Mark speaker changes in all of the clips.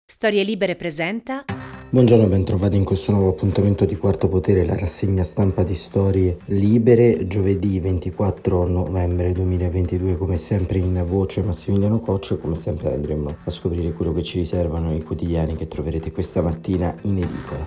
Speaker 1: Storie Libere presenta.
Speaker 2: Buongiorno e bentrovati in questo nuovo appuntamento di Quarto Potere, la rassegna stampa di Storie Libere, giovedì 24 novembre 2022, come sempre in voce Massimiliano Coccia, e come sempre andremo a scoprire quello che ci riservano i quotidiani che troverete questa mattina in edicola.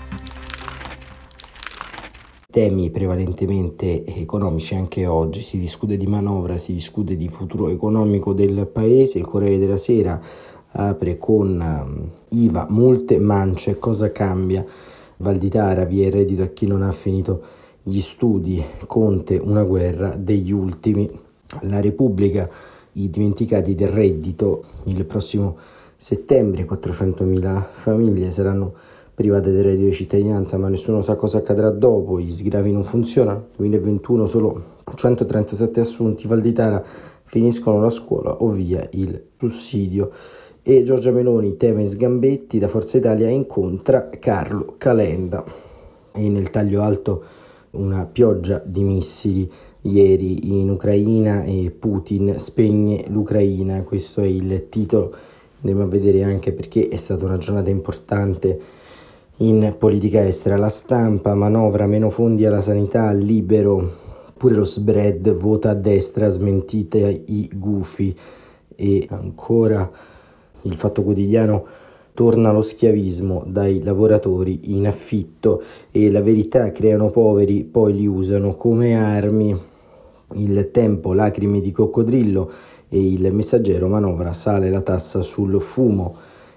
Speaker 2: Temi prevalentemente economici anche oggi, si discute di manovra, si discute di futuro economico del paese. Il Corriere della Sera apre con IVA, multe, mance, cosa cambia? Valditara, via il reddito a chi non ha finito gli studi, Conte, una guerra degli ultimi. La Repubblica, i dimenticati del reddito, il prossimo settembre 400.000 famiglie saranno private del reddito di cittadinanza, ma nessuno sa cosa accadrà dopo, gli sgravi non funzionano, 2021 solo 137 assunti, Valditara finiscono la scuola o via il sussidio. E Giorgia Meloni teme sgambetti, da Forza Italia incontra Carlo Calenda. E nel taglio alto una pioggia di missili ieri in Ucraina e Putin spegne l'Ucraina, questo è il titolo. Andiamo a vedere anche perché è stata una giornata importante in politica estera. La Stampa, manovra, meno fondi alla sanità, Libero, pure lo spread, vota a destra, smentite i gufi. E ancora il Fatto Quotidiano, torna lo schiavismo dai lavoratori in affitto e La Verità, creano poveri, poi li usano come armi. Il Tempo, lacrime di coccodrillo, e il Messaggero, manovra, sale la tassa sul fumo.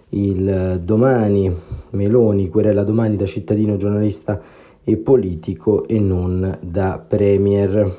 Speaker 2: Il Domani, Meloni, querela Domani da cittadino, giornalista e politico e non da premier.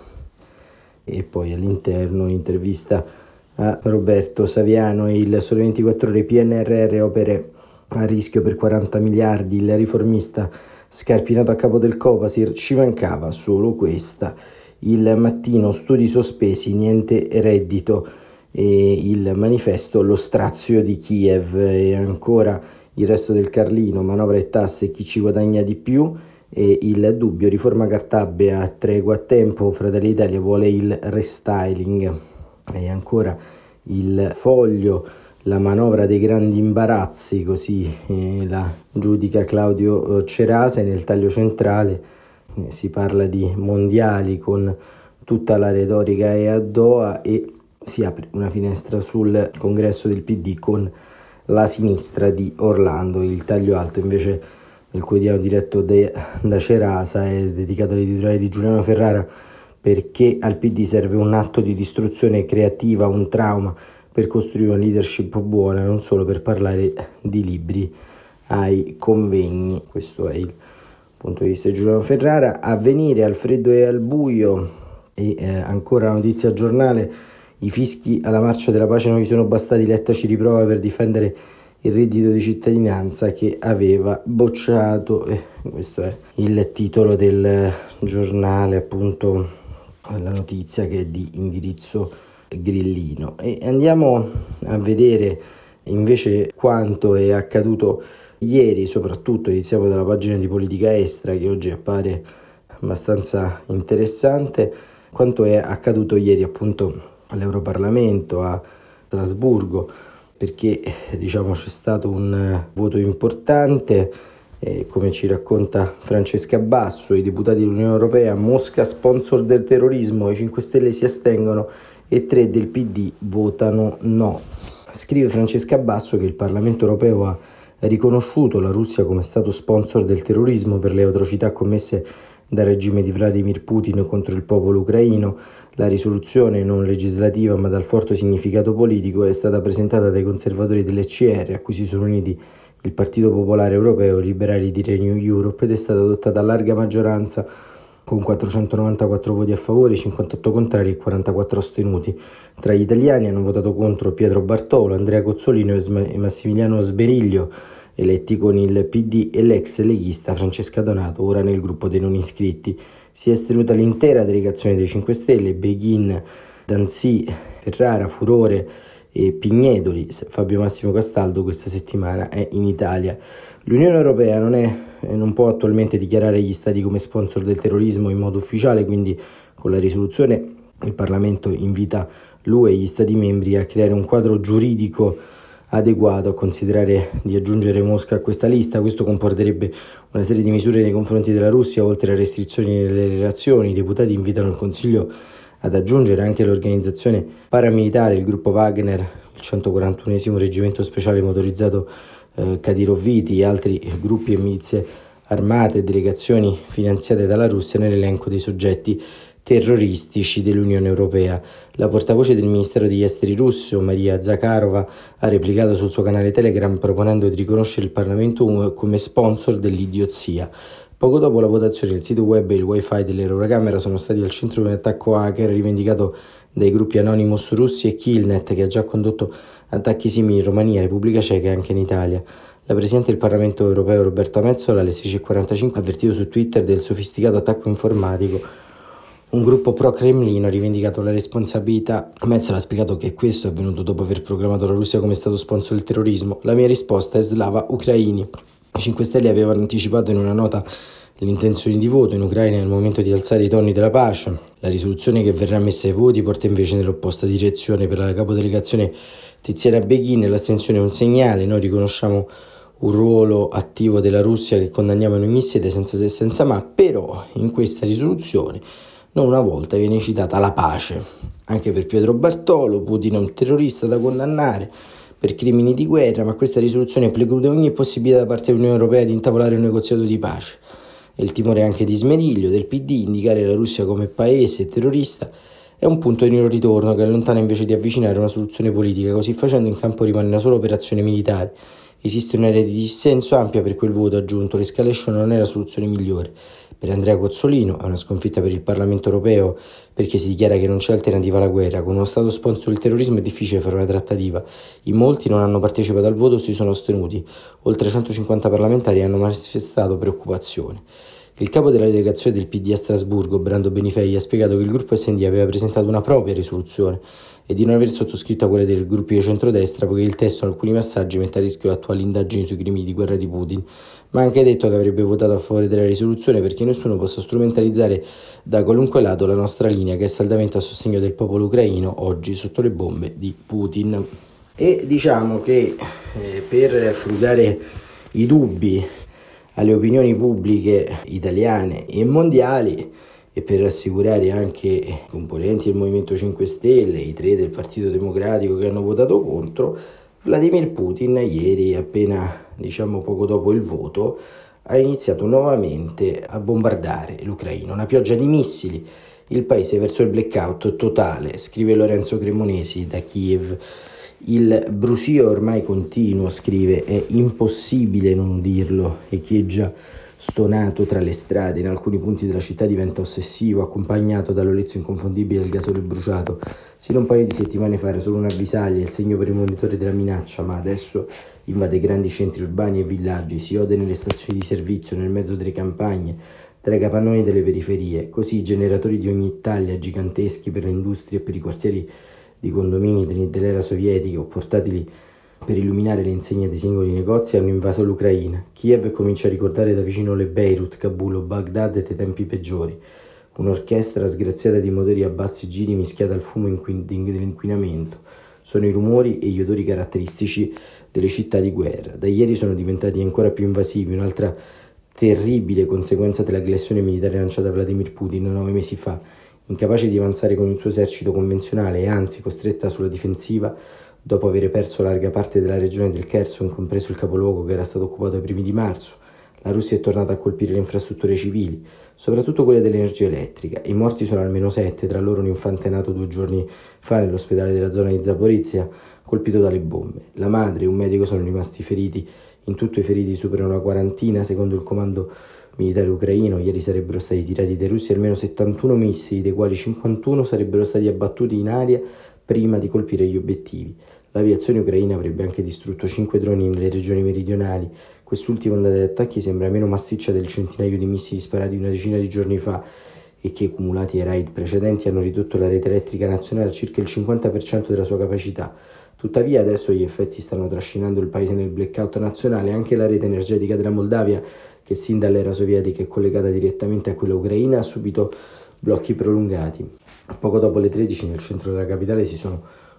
Speaker 2: E poi all'interno intervista a Roberto Saviano e il Sole 24 Ore, PNRR, opere a rischio per 40 miliardi, il riformista Scarpinato a capo del Copasir, ci mancava solo questa. Il Mattino, studi sospesi, niente reddito. E il Manifesto, lo strazio di Kiev. E ancora il Resto del Carlino, manovra e tasse, chi ci guadagna di più. E il Dubbio, riforma Cartabia, tregua a tempo, Fratelli d'Italia vuole il restyling. E ancora il Foglio, la manovra dei grandi imbarazzi, così la giudica Claudio Cerasa. E nel taglio centrale si parla di mondiali con tutta la retorica e a Doha, e si apre una finestra sul congresso del PD con la sinistra di Orlando. Il taglio alto invece del quotidiano diretto da Cerasa è dedicato all'editoriale di Giuliano Ferrara, perché al PD serve un atto di distruzione creativa, un trauma per costruire una leadership buona, non solo per parlare di libri ai convegni. Questo è il punto di vista di Giuliano Ferrara. Avvenire, al freddo e al buio. E ancora la notizia giornale, i fischi alla marcia della pace non gli sono bastati, Letta ci riprova per difendere il reddito di cittadinanza che aveva bocciato. Questo è il titolo del giornale, appunto, la notizia che è di indirizzo grillino. E andiamo a vedere invece quanto è accaduto ieri. Soprattutto iniziamo dalla pagina di politica estera, che oggi appare abbastanza interessante. Quanto è accaduto ieri appunto all'Europarlamento a Strasburgo, perché c'è stato un voto importante. Come ci racconta Francesca Basso, i deputati dell'Unione Europea, Mosca sponsor del terrorismo, i 5 Stelle si astengono e 3 del PD votano no. Scrive Francesca Basso che il Parlamento Europeo ha riconosciuto la Russia come stato sponsor del terrorismo per le atrocità commesse dal regime di Vladimir Putin contro il popolo ucraino. La risoluzione, non legislativa ma dal forte significato politico, è stata presentata dai conservatori dell'ECR, a cui si sono uniti il Partito Popolare Europeo, i liberali di Renew Europe, ed è stata adottata a larga maggioranza con 494 voti a favore, 58 contrari e 44 astenuti. Tra gli italiani hanno votato contro Pietro Bartolo, Andrea Cozzolino e Massimiliano Sberiglio, eletti con il PD, e l'ex leghista Francesca Donato, ora nel gruppo dei non iscritti. Si è astenuta l'intera delegazione dei 5 Stelle, Beghin, Danzi, Ferrara, Furore e Pignedoli. Fabio Massimo Castaldo questa settimana è in Italia. L'Unione Europea non può attualmente dichiarare gli stati come sponsor del terrorismo in modo ufficiale, quindi con la risoluzione il Parlamento invita l'UE e gli stati membri a creare un quadro giuridico adeguato a considerare di aggiungere Mosca a questa lista. Questo comporterebbe una serie di misure nei confronti della Russia, oltre a restrizioni nelle relazioni. I deputati invitano il Consiglio ad aggiungere anche l'organizzazione paramilitare, il gruppo Wagner, il 141esimo reggimento speciale motorizzato Kadyrovyti e altri gruppi e milizie armate e delegazioni finanziate dalla Russia nell'elenco dei soggetti terroristici dell'Unione Europea. La portavoce del Ministero degli Esteri russo, Maria Zakharova, ha replicato sul suo canale Telegram proponendo di riconoscere il Parlamento come sponsor dell'idiozia. Poco dopo la votazione, il sito web e il wifi dell'Eurocamera sono stati al centro di un attacco hacker rivendicato dai gruppi Anonymous russi e Killnet, che ha già condotto attacchi simili in Romania, Repubblica Ceca e anche in Italia. La Presidente del Parlamento Europeo Roberta Metsola alle 16:45 ha avvertito su Twitter del sofisticato attacco informatico. Un gruppo pro-Cremlino ha rivendicato la responsabilità. Metsola ha spiegato che questo è avvenuto dopo aver proclamato la Russia come stato sponsor del terrorismo. La mia risposta è slava ucraini. I 5 Stelle avevano anticipato in una nota l'intenzione di voto in Ucraina nel momento di alzare i toni della pace. La risoluzione che verrà messa ai voti porta invece nell'opposta direzione. Per la capodelegazione Tiziana Beghin l'astensione è un segnale. Noi riconosciamo un ruolo attivo della Russia che condanniamo i missili senza se e senza ma, però in questa risoluzione non una volta viene citata la pace. Anche per Pietro Bartolo, Putin è un terrorista da condannare per crimini di guerra, ma questa risoluzione preclude ogni possibilità da parte dell'Unione Europea di intavolare un negoziato di pace. E il timore anche di Smeriglio, del PD, indicare la Russia come paese terrorista è un punto di non ritorno che allontana invece di avvicinare una soluzione politica. Così facendo in campo rimane una sola operazione militare. Esiste un'area di dissenso ampia per quel voto, aggiunto. L'escalation non è la soluzione migliore. Per Andrea Cozzolino è una sconfitta per il Parlamento europeo, perché si dichiara che non c'è alternativa alla guerra. Con uno Stato sponsor del terrorismo è difficile fare una trattativa. In molti non hanno partecipato al voto o si sono astenuti. Oltre 150 parlamentari hanno manifestato preoccupazione. Il capo della delegazione del PD a Strasburgo, Brando Benifei, ha spiegato che il gruppo SD aveva presentato una propria risoluzione e di non aver sottoscritto quella del gruppo di centrodestra, poiché il testo in alcuni passaggi mette a rischio le attuali indagini sui crimini di guerra di Putin, ma ha anche detto che avrebbe votato a favore della risoluzione perché nessuno possa strumentalizzare da qualunque lato la nostra linea, che è saldamente a sostegno del popolo ucraino, oggi sotto le bombe di Putin. E diciamo che per frugare i dubbi alle opinioni pubbliche italiane e mondiali e per rassicurare anche i componenti del Movimento 5 Stelle, i 3 del Partito Democratico che hanno votato contro, Vladimir Putin ieri, appena poco dopo il voto, ha iniziato nuovamente a bombardare l'Ucraina. Una pioggia di missili, il paese verso il blackout totale, scrive Lorenzo Cremonesi da Kiev. Il brusio ormai continuo, scrive, è impossibile non dirlo, e chi è già stonato tra le strade in alcuni punti della città diventa ossessivo, accompagnato dall'olezzo inconfondibile del gasolio bruciato. Sino a un paio di settimane fa era solo un'avvisaglia, il segno premonitore della minaccia, ma adesso invade grandi centri urbani e villaggi, si ode nelle stazioni di servizio, nel mezzo delle campagne, tra i capannoni delle periferie. Così i generatori di ogni taglia, giganteschi per le industrie e per i quartieri di condomini dell'era sovietica o portatili per illuminare le insegne dei singoli negozi, hanno invaso l'Ucraina. Kiev comincia a ricordare da vicino le Beirut, Kabul o Baghdad dei tempi peggiori. Un'orchestra sgraziata di motori a bassi giri mischiata al fumo dell'inquinamento. Sono i rumori e gli odori caratteristici delle città di guerra. Da ieri sono diventati ancora più invasivi, un'altra terribile conseguenza dell'aggressione militare lanciata da Vladimir Putin 9 mesi fa. Incapace di avanzare con il suo esercito convenzionale e anzi costretta sulla difensiva, dopo aver perso larga parte della regione del Kherson, compreso il capoluogo che era stato occupato ai primi di marzo, la Russia è tornata a colpire le infrastrutture civili, soprattutto quelle dell'energia elettrica. I morti sono almeno 7, tra loro un infante nato 2 giorni fa nell'ospedale della zona di Zaporizhzhia, colpito dalle bombe. La madre e un medico sono rimasti feriti. In tutto i feriti superano una quarantina, secondo il comando militare ucraino. Ieri sarebbero stati tirati dai russi almeno 71 missili, dei quali 51 sarebbero stati abbattuti in aria prima di colpire gli obiettivi. L'aviazione ucraina avrebbe anche distrutto 5 droni nelle regioni meridionali. Quest'ultima onda di attacchi sembra meno massiccia del centinaio di missili sparati una decina di giorni fa e che, cumulati ai raid precedenti, hanno ridotto la rete elettrica nazionale a circa il 50% della sua capacità. Tuttavia adesso gli effetti stanno trascinando il paese nel blackout nazionale. Anche la rete energetica della Moldavia, che sin dall'era sovietica è collegata direttamente a quella ucraina, ha subito blocchi prolungati. Poco dopo le 13 nel centro della capitale si sono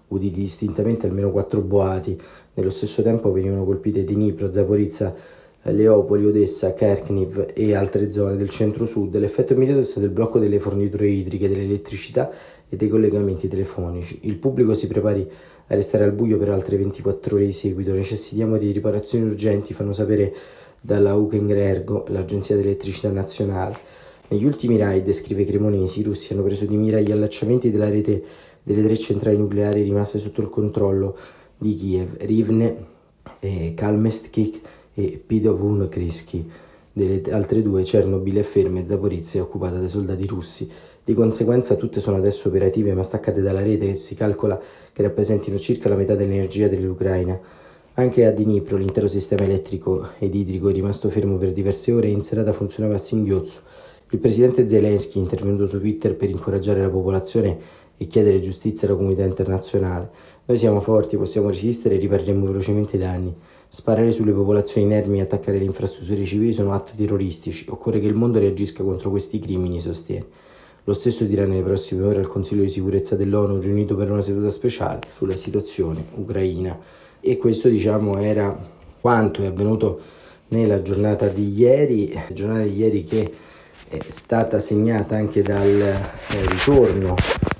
Speaker 2: uditi distintamente almeno 4 boati. Nello stesso tempo venivano colpite Dnipro, Zaporizhzhia, Leopoli, Odessa, Kharkiv e altre zone del centro-sud. L'effetto immediato è stato il blocco delle forniture idriche, dell'elettricità e dei collegamenti telefonici. Il pubblico si prepari a restare al buio per altre 24 ore di seguito. Necessitiamo di riparazioni urgenti, fanno sapere dalla Ukrenergo, l'agenzia dell'elettricità nazionale. Negli ultimi raid, scrive Cremonesi, i russi hanno preso di mira gli allacciamenti della rete delle 3 centrali nucleari rimaste sotto il controllo di Kiev, Rivne, Kalmestskik e Pidovunkrysky. Delle altre 2, Chernobyl è ferma e Zaporizhzhia è occupata dai soldati russi. Di conseguenza tutte sono adesso operative ma staccate dalla rete, che si calcola che rappresentino circa la metà dell'energia dell'Ucraina. Anche a Dnipro l'intero sistema elettrico ed idrico è rimasto fermo per diverse ore e in serata funzionava a singhiozzo. Il presidente Zelensky è intervenuto su Twitter per incoraggiare la popolazione e chiedere giustizia alla comunità internazionale. Noi siamo forti, possiamo resistere e ripareremo velocemente i danni. Sparare sulle popolazioni inermi e attaccare le infrastrutture civili sono atti terroristici. Occorre che il mondo reagisca contro questi crimini, sostiene. Lo stesso dirà nelle prossime ore al Consiglio di sicurezza dell'ONU, riunito per una seduta speciale sulla situazione ucraina. E questo, era quanto è avvenuto nella giornata di ieri che è stata segnata anche dal ritorno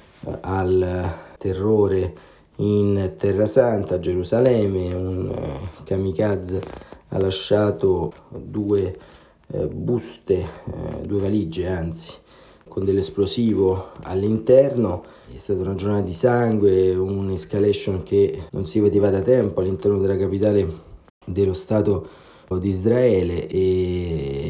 Speaker 2: al terrore in Terra Santa, a Gerusalemme. Un kamikaze ha lasciato 2 buste, 2 valigie anzi, con dell'esplosivo all'interno. È stata una giornata di sangue, un'escalation che non si vedeva da tempo all'interno della capitale dello Stato di Israele, e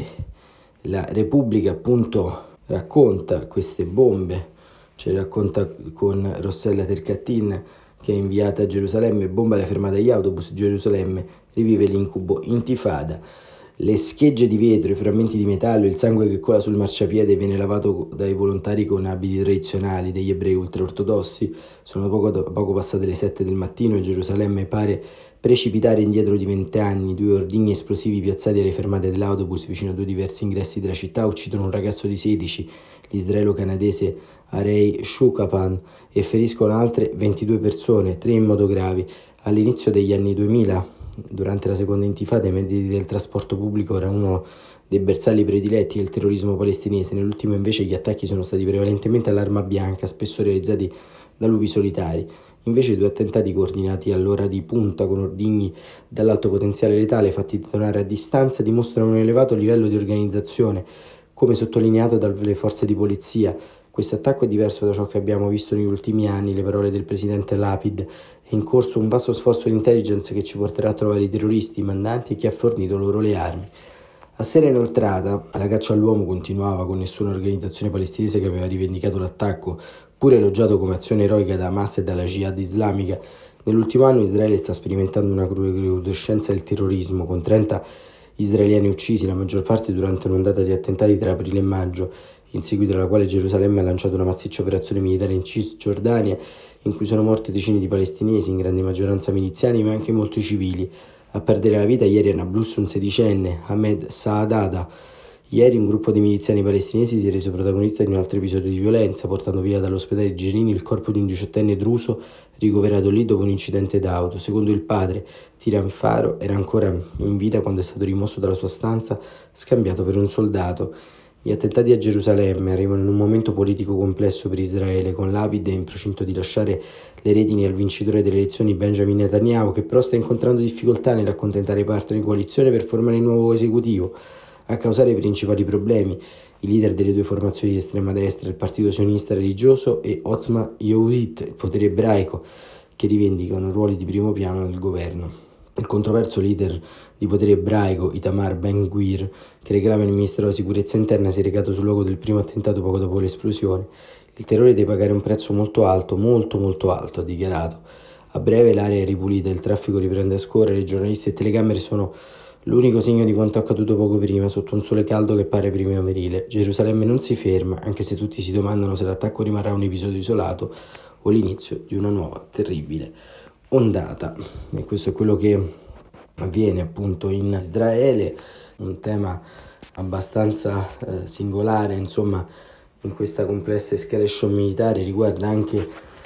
Speaker 2: la Repubblica appunto racconta queste bombe, ce le racconta con Rossella Tercattin, che è inviata a Gerusalemme. Bomba alla fermata degli autobus, Gerusalemme rivive l'incubo intifada. Le schegge di vetro, i frammenti di metallo, il sangue che cola sul marciapiede viene lavato dai volontari con abiti tradizionali degli ebrei ultraortodossi. Sono poco passate le 7 del mattino e Gerusalemme pare precipitare indietro di 20 anni. 2 ordigni esplosivi piazzati alle fermate dell'autobus vicino a 2 diversi ingressi della città uccidono un ragazzo di 16, l'israelo-canadese Arei Shukapan, e feriscono altre 22 persone, 3 in modo gravi. All'inizio degli anni 2000, durante la seconda intifada, i mezzi del trasporto pubblico erano uno dei bersagli prediletti del terrorismo palestinese. Nell'ultimo invece gli attacchi sono stati prevalentemente all'arma bianca, spesso realizzati da lupi solitari. Invece 2 attentati coordinati all'ora di punta con ordigni dall'alto potenziale letale fatti detonare a distanza dimostrano un elevato livello di organizzazione, come sottolineato dalle forze di polizia. Questo attacco è diverso da ciò che abbiamo visto negli ultimi anni, le parole del presidente Lapid. È in corso un vasto sforzo di intelligence che ci porterà a trovare i terroristi, i mandanti e chi ha fornito loro le armi. A sera inoltrata, la caccia all'uomo continuava, con nessuna organizzazione palestinese che aveva rivendicato l'attacco, pure elogiato come azione eroica da Hamas e dalla Jihad islamica. Nell'ultimo anno Israele sta sperimentando una recrudescenza del terrorismo, con 30 israeliani uccisi, la maggior parte durante un'ondata di attentati tra aprile e maggio, in seguito alla quale Gerusalemme ha lanciato una massiccia operazione militare in Cisgiordania, in cui sono morte decine di palestinesi, in grande maggioranza miliziani, ma anche molti civili. A perdere la vita ieri a Nablus un 16enne, Ahmed Saadada. Ieri un gruppo di miliziani palestinesi si è reso protagonista di un altro episodio di violenza, portando via dall'ospedale di Jenin il corpo di un 18enne druso ricoverato lì dopo un incidente d'auto. Secondo il padre, Tiran Faro era ancora in vita quando è stato rimosso dalla sua stanza, scambiato per un soldato. Gli attentati a Gerusalemme arrivano in un momento politico complesso per Israele, con Lapid in procinto di lasciare le redini al vincitore delle elezioni Benjamin Netanyahu, che però sta incontrando difficoltà nell'accontentare i partner di coalizione per formare il nuovo esecutivo. A causare i principali problemi, i leader delle 2 formazioni di estrema destra, il partito sionista religioso e Otzma Yehudit, il potere ebraico, che rivendicano ruoli di primo piano nel governo. Il controverso leader di potere ebraico, Itamar Ben-Gvir, che reclama il ministro della sicurezza interna, si è recato sul luogo del primo attentato poco dopo l'esplosione. Il terrore deve pagare un prezzo molto alto, molto alto, ha dichiarato. A breve l'area è ripulita, il traffico riprende a scorrere, i giornalisti e telecamere sono l'unico segno di quanto accaduto poco prima, sotto un sole caldo che pare primaverile. Gerusalemme non si ferma, anche se tutti si domandano se l'attacco rimarrà un episodio isolato o l'inizio di una nuova terribile ondata. E questo è quello che avviene appunto in Israele, un tema abbastanza singolare, insomma, in questa complessa escalation militare. Riguarda anche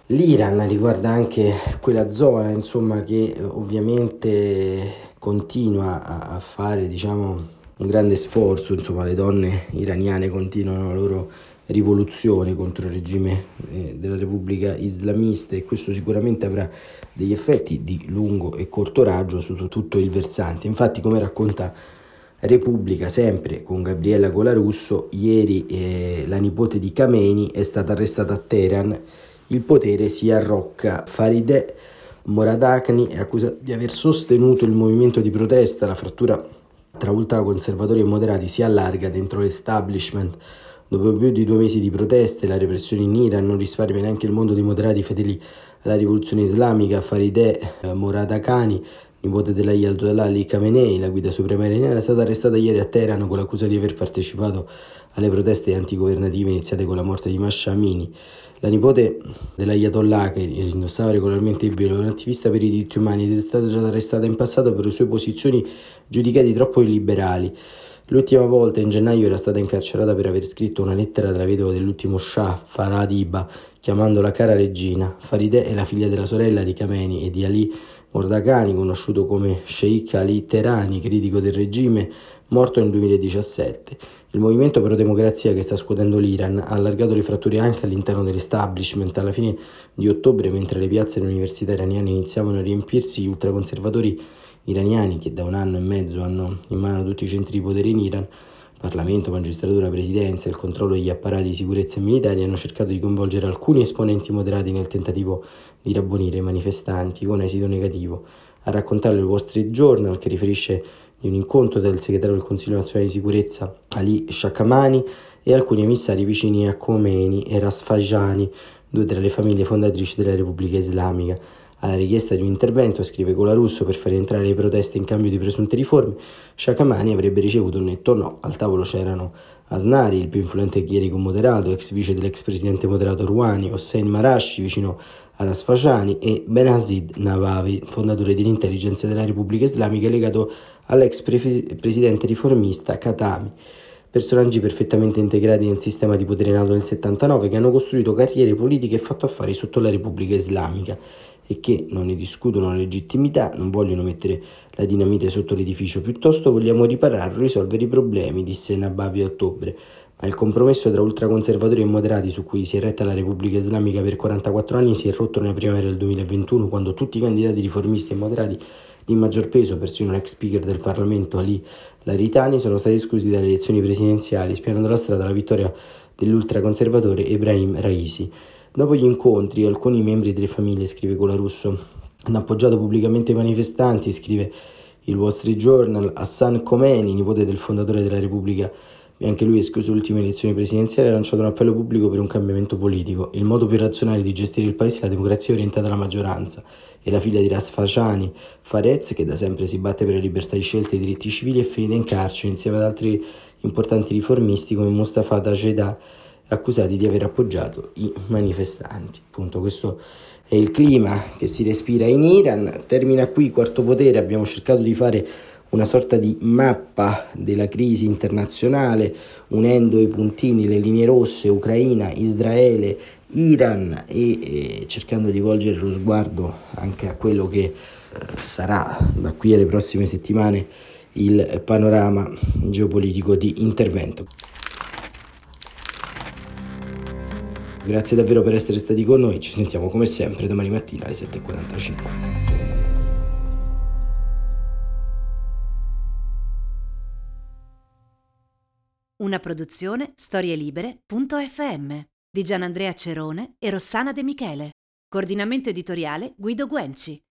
Speaker 2: l'Iran, riguarda anche quella zona, insomma, che ovviamente continua a fare, diciamo, un grande sforzo, insomma, le donne iraniane continuano la loro rivoluzione contro il regime della Repubblica Islamista, e questo sicuramente avrà degli effetti di lungo e corto raggio su tutto il versante. Infatti, come racconta Repubblica, sempre con Gabriella Colarusso, ieri la nipote di Khamenei è stata arrestata a Teheran. Il potere si arrocca. Farideh Moradakni è accusato di aver sostenuto il movimento di protesta. La frattura tra ultraconservatori e moderati si allarga dentro l'establishment. Dopo più di 2 mesi di proteste, la repressione in Iran non risparmia neanche il mondo dei moderati fedeli alla rivoluzione islamica. Farideh Moradakani, nipote dell'Ayatollah Ali Khamenei, la guida suprema iraniana, è stata arrestata ieri a Teheran con l'accusa di aver partecipato alle proteste antigovernative iniziate con la morte di Mahsa Amini. La nipote dell'Ayatollah, che indossava regolarmente il velo, è un'attivista per i diritti umani ed è stata già arrestata in passato per le sue posizioni giudicate troppo illiberali. L'ultima volta, in gennaio, era stata incarcerata per aver scritto una lettera della vedova dell'ultimo Shah, Farah Diba, chiamandola cara regina. Farideh è la figlia della sorella di Khamenei e di Ali Mordakani, conosciuto come Sheikh Ali Teherani, critico del regime, morto nel 2017. Il movimento pro democrazia che sta scuotendo l'Iran ha allargato le fratture anche all'interno dell'establishment. Alla fine di ottobre, mentre le piazze e le università iraniane iniziavano a riempirsi, gli ultraconservatori iraniani, che da 1 anno e mezzo hanno in mano tutti i centri di potere in Iran, Parlamento, magistratura, presidenza e il controllo degli apparati di sicurezza e militari, hanno cercato di coinvolgere alcuni esponenti moderati nel tentativo di rabbonire i manifestanti, con esito negativo. A raccontarlo il Wall Street Journal, che riferisce di un incontro del segretario del Consiglio nazionale di sicurezza Ali Shakhamani e alcuni emissari vicini a Khomeini e Rafsanjani, 2 tra le famiglie fondatrici della Repubblica Islamica. Alla richiesta di un intervento, scrive Colarusso, per far entrare le proteste in cambio di presunte riforme, Shakhamani avrebbe ricevuto un netto no. Al tavolo c'erano Asnari, il più influente chierico moderato, ex vice dell'ex presidente moderato Rouhani, Hossein Marashi, vicino a Rafsanjani, e Benazir Navavi, fondatore dell'intelligence della Repubblica Islamica, legato all'ex presidente riformista Khatami. Personaggi perfettamente integrati nel sistema di potere nato nel 79, che hanno costruito carriere politiche e fatto affari sotto la Repubblica Islamica e che non ne discutono la legittimità, non vogliono mettere la dinamite sotto l'edificio, piuttosto vogliamo ripararlo, risolvere i problemi, disse Nabavi a ottobre. Ma il compromesso tra ultraconservatori e moderati su cui si è retta la Repubblica Islamica per 44 anni si è rotto nella primavera del 2021, quando tutti i candidati riformisti e moderati di maggior peso, persino l'ex speaker del Parlamento Ali Laritani, sono stati esclusi dalle elezioni presidenziali, spianando la strada alla vittoria dell'ultraconservatore Ebrahim Raisi. Dopo gli incontri, alcuni membri delle famiglie, scrive Colarusso, hanno appoggiato pubblicamente i manifestanti, scrive il Wall Street Journal. Hassan Khomeini, nipote del fondatore della Repubblica, e anche lui escluso le ultime elezioni presidenziali, ha lanciato un appello pubblico per un cambiamento politico. Il modo più razionale di gestire il paese è la democrazia orientata alla maggioranza. E la figlia di Rafsanjani, Fares, che da sempre si batte per la libertà di scelta e i diritti civili, è finita in carcere insieme ad altri importanti riformisti come Mustafa Tajeda, accusati di aver appoggiato i manifestanti. Appunto, questo è il clima che si respira in Iran. Termina qui Quarto Potere. Abbiamo cercato di fare una sorta di mappa della crisi internazionale, unendo i puntini, le linee rosse, Ucraina, Israele, Iran, e cercando di volgere lo sguardo anche a quello che sarà da qui alle prossime settimane il panorama geopolitico di intervento. Grazie davvero per essere stati con noi, ci sentiamo come sempre domani mattina alle 7:45.
Speaker 1: Una produzione storielibere.fm di Gianandrea Cerone e Rossana De Michele. Coordinamento editoriale Guido Guenci.